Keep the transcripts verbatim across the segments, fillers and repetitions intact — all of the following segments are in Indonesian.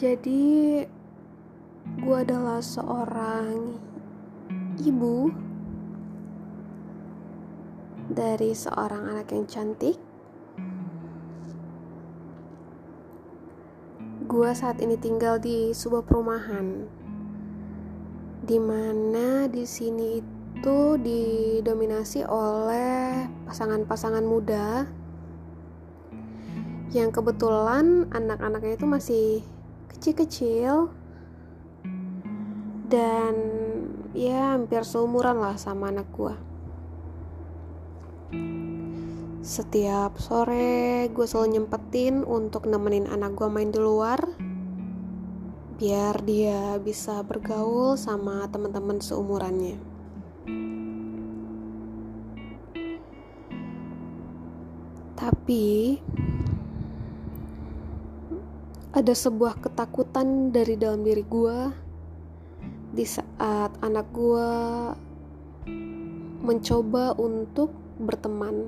Jadi, gue adalah seorang ibu dari seorang anak yang cantik. Gue saat ini tinggal di sebuah perumahan, dimana di sini itu didominasi oleh pasangan-pasangan muda yang kebetulan anak-anaknya itu masih kecil-kecil dan ya hampir seumuran lah sama anak gue. Setiap sore gue selalu nyempetin untuk nemenin anak gue main di luar, biar dia bisa bergaul sama teman-teman seumurannya. Tapi ada sebuah ketakutan dari dalam diri gue di saat anak gue mencoba untuk berteman.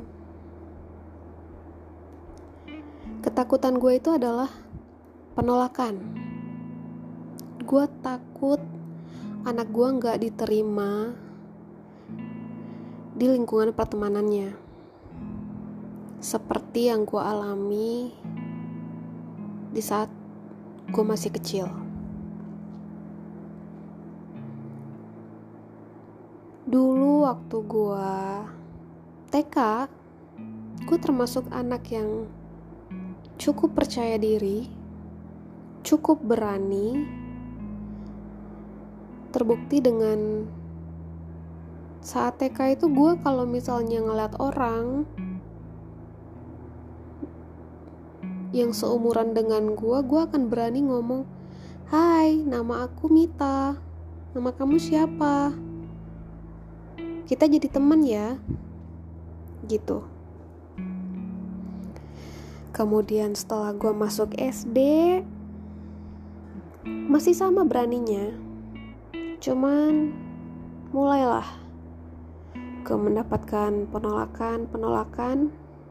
Ketakutan gue itu adalah penolakan. Gue takut anak gue gak diterima di lingkungan pertemanannya, seperti yang gue alami di saat gue masih kecil. Dulu waktu gue T K, gue termasuk anak yang cukup percaya diri, cukup berani. Terbukti dengan saat T K itu gue kalau misalnya ngeliat orang yang seumuran dengan gue, gue akan berani ngomong, "Hai, nama aku Mita. Nama kamu siapa? Kita jadi teman ya." Gitu. Kemudian setelah gue masuk S D, masih sama beraninya. Cuman mulailah gue mendapatkan penolakan-penolakan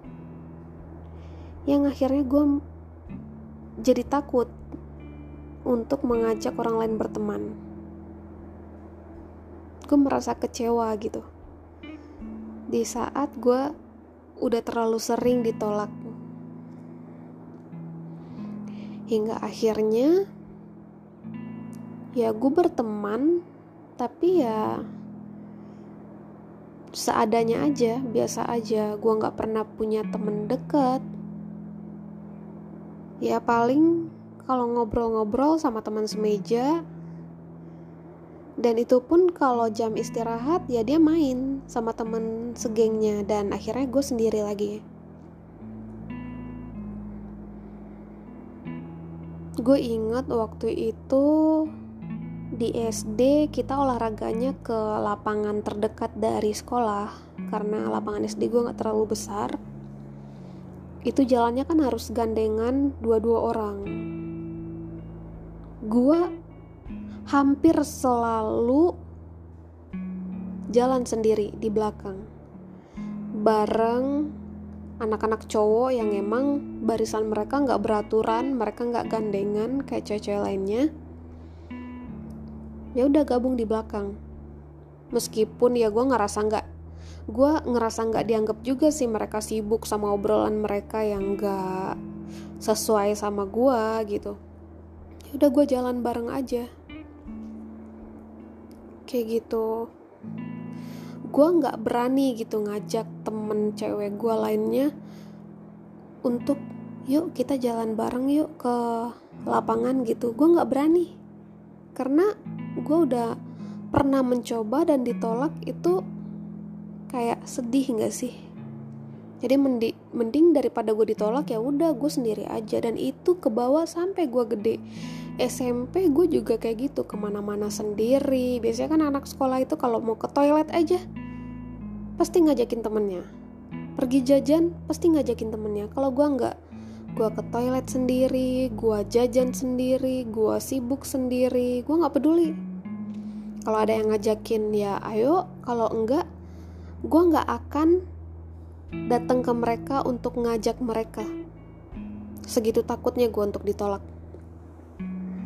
yang akhirnya gue jadi takut untuk mengajak orang lain berteman. Gue merasa kecewa gitu di saat gue udah terlalu sering ditolak, hingga akhirnya ya gue berteman tapi ya seadanya aja, biasa aja. Gue gak pernah punya temen deket. Ya paling kalau ngobrol-ngobrol sama teman semeja, dan itu pun kalau jam istirahat ya dia main sama teman segengnya, dan akhirnya gue sendiri lagi. Gue ingat waktu itu di S D kita olahraganya ke lapangan terdekat dari sekolah, karena lapangan S D gue gak terlalu besar. Itu jalannya kan harus gandengan dua-dua orang. Gue hampir selalu jalan sendiri di belakang, bareng anak-anak cowok yang emang barisan mereka gak beraturan, mereka gak gandengan kayak cewek-cewek lainnya. Ya udah gabung di belakang. Meskipun ya gue ngerasa gak gue ngerasa nggak dianggap juga sih, mereka sibuk sama obrolan mereka yang nggak sesuai sama gue gitu. Udah gue jalan bareng aja kayak gitu. Gue nggak berani gitu ngajak temen cewek gue lainnya untuk yuk kita jalan bareng yuk ke lapangan gitu. Gue nggak berani karena gue udah pernah mencoba dan ditolak. Itu kayak sedih nggak sih? Jadi mending, mending daripada gue ditolak ya udah gue sendiri aja. Dan itu kebawa sampai gue gede. S M P gue juga kayak gitu, kemana-mana sendiri. Biasanya kan anak sekolah itu kalau mau ke toilet aja pasti ngajakin temennya, pergi jajan pasti ngajakin temennya. Kalau gue nggak, gue ke toilet sendiri, gue jajan sendiri, gue sibuk sendiri, gue nggak peduli. Kalau ada yang ngajakin ya ayo, kalau enggak gue gak akan datang ke mereka untuk ngajak mereka. Segitu takutnya gue untuk ditolak.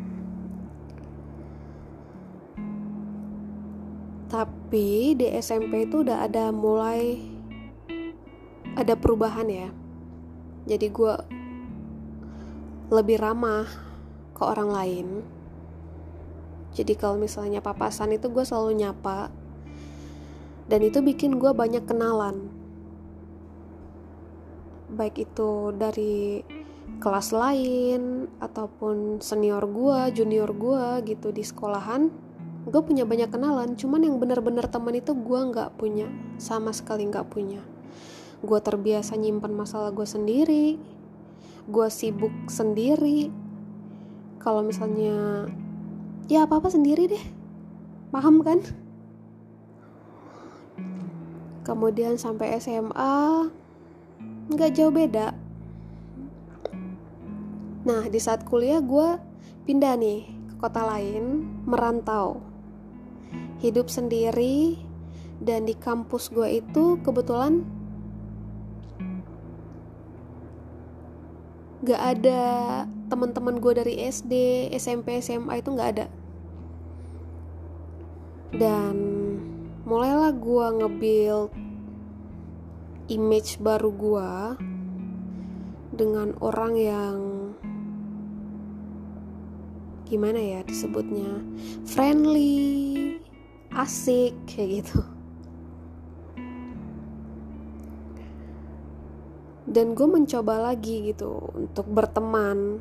Tapi di S M P itu udah ada mulai ada perubahan ya. Jadi gue lebih ramah ke orang lain. Jadi kalau misalnya papasan itu gue selalu nyapa. Dan itu bikin gue banyak kenalan. Baik itu dari kelas lain ataupun senior gue, junior gue gitu di sekolahan. Gue punya banyak kenalan. Cuman yang benar-benar teman itu gue gak punya. Sama sekali gak punya. Gue terbiasa nyimpan masalah gue sendiri. Gue sibuk sendiri. Kalau misalnya ya apa-apa sendiri deh. Paham kan? Kemudian sampai S M A gak jauh beda. Nah di saat kuliah gue pindah nih ke kota lain, merantau, hidup sendiri. Dan di kampus gue itu kebetulan gak ada teman-teman gue dari S D, S M P, S M A itu gak ada. Dan mulailah gue nge-build image baru gue dengan orang yang gimana ya disebutnya, friendly, asik kayak gitu. Dan gue mencoba lagi gitu untuk berteman,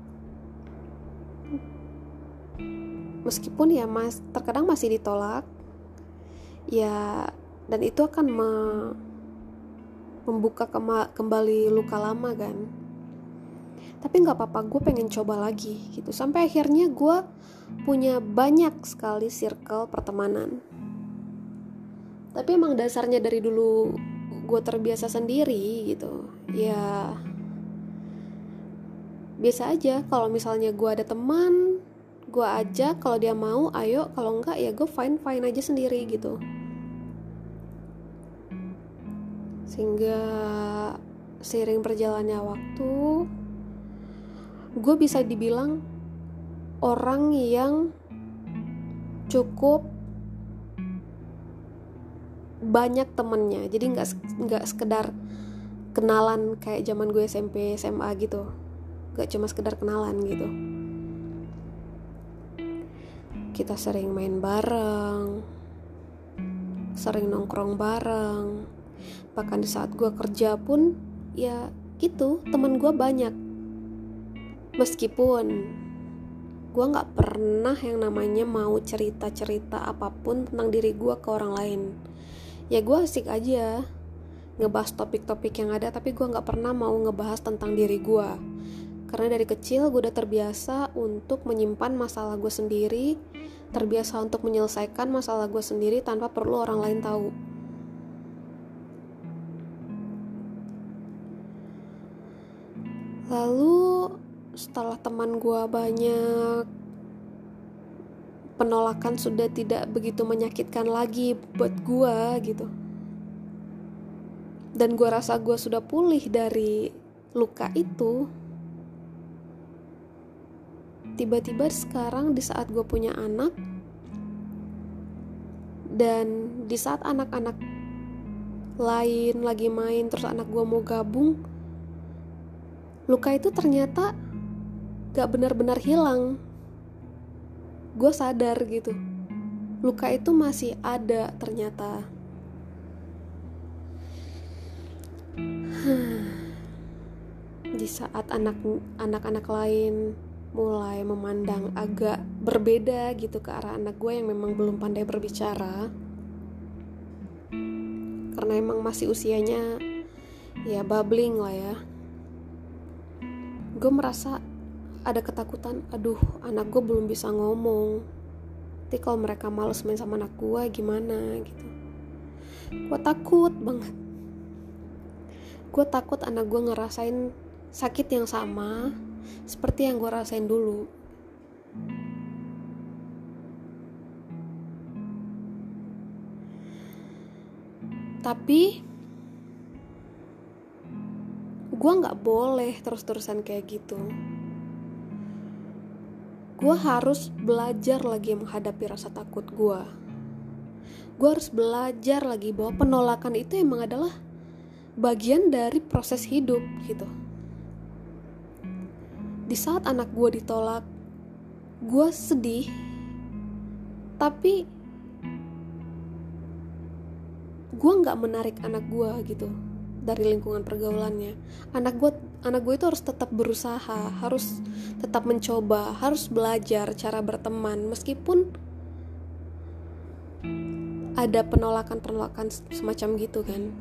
meskipun ya mas terkadang masih ditolak ya, dan itu akan me- membuka kema- kembali luka lama kan. Tapi nggak apa-apa, gue pengen coba lagi gitu. Sampai akhirnya gue punya banyak sekali circle pertemanan. Tapi emang dasarnya dari dulu gue terbiasa sendiri gitu. Ya biasa aja. Kalau misalnya gue ada teman, gue ajak. Kalau dia mau, ayo. Kalau enggak ya gue fine fine aja sendiri gitu. Sehingga seiring berjalannya waktu, gue bisa dibilang orang yang cukup banyak temennya. Jadi nggak nggak sekedar kenalan kayak zaman gue S M P S M A gitu. Nggak cuma sekedar kenalan gitu. Kita sering main bareng, sering nongkrong bareng. Bahkan di saat gue kerja pun ya gitu, temen gue banyak. Meskipun gue gak pernah yang namanya mau cerita-cerita apapun tentang diri gue ke orang lain. Ya gue asik aja ngebahas topik-topik yang ada, tapi gue gak pernah mau ngebahas tentang diri gue. Karena dari kecil gue udah terbiasa untuk menyimpan masalah gue sendiri, terbiasa untuk menyelesaikan masalah gue sendiri tanpa perlu orang lain tahu. Lalu setelah teman gue banyak, penolakan sudah tidak begitu menyakitkan lagi buat gue gitu. Dan gue rasa gue sudah pulih dari luka itu. Tiba-tiba sekarang di saat gue punya anak, dan di saat anak-anak lain lagi main terus anak gue mau gabung, luka itu ternyata gak benar-benar hilang. Gue sadar gitu, luka itu masih ada ternyata. Di saat anak anak-anak lain mulai memandang agak berbeda gitu ke arah anak gue yang memang belum pandai berbicara, karena emang masih usianya ya babbling lah ya. Gue merasa ada ketakutan, aduh anak gue belum bisa ngomong, nanti kalau mereka males main sama anak gue gimana gitu. Gue takut banget. Gue takut anak gue ngerasain sakit yang sama seperti yang gue rasain dulu. Tapi gue gak boleh terus-terusan kayak gitu. Gue harus belajar lagi menghadapi rasa takut gue. gue harus belajar lagi bahwa penolakan itu emang adalah bagian dari proses hidup gitu. Di saat anak gue ditolak, gue sedih, tapi gue nggak menarik anak gue gitu dari lingkungan pergaulannya. Anak gue, anak gue itu harus tetap berusaha, harus tetap mencoba, harus belajar cara berteman meskipun ada penolakan-penolakan semacam gitu kan.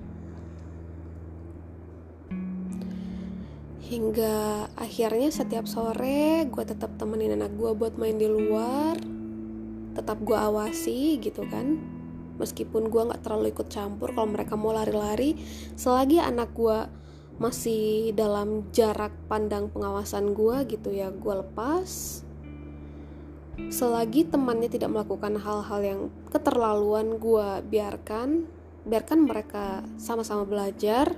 Hingga akhirnya setiap sore gue tetap temenin anak gue buat main di luar, tetap gue awasi gitu kan. Meskipun gue gak terlalu ikut campur kalau mereka mau lari-lari, selagi anak gue masih dalam jarak pandang pengawasan gue gitu ya, gue lepas. Selagi temannya tidak melakukan hal-hal yang keterlaluan, gue biarkan, biarkan mereka sama-sama belajar.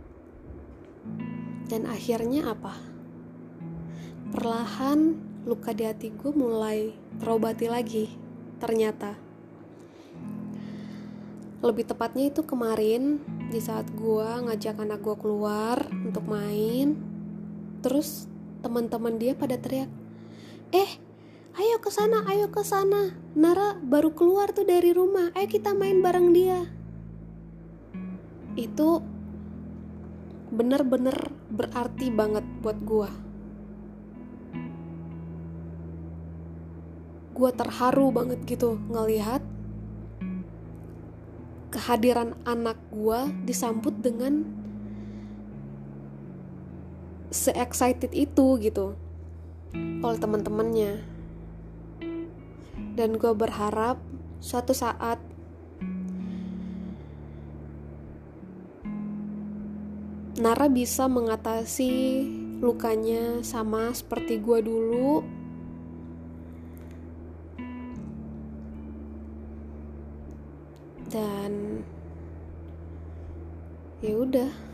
Dan akhirnya apa? Perlahan luka di hati gue mulai terobati lagi ternyata. Lebih tepatnya itu kemarin di saat gue ngajak anak gue keluar untuk main. Terus teman-teman dia pada teriak, "Eh, ayo ke sana, ayo ke sana. Nara baru keluar tuh dari rumah. Ayo kita main bareng dia." Itu bener-bener berarti banget buat gue. Gue terharu banget gitu ngelihat kehadiran anak gue disambut dengan se-excited itu gitu oleh teman-temannya. Dan gue berharap suatu saat Nara bisa mengatasi lukanya sama seperti gue dulu. Dan ya udah,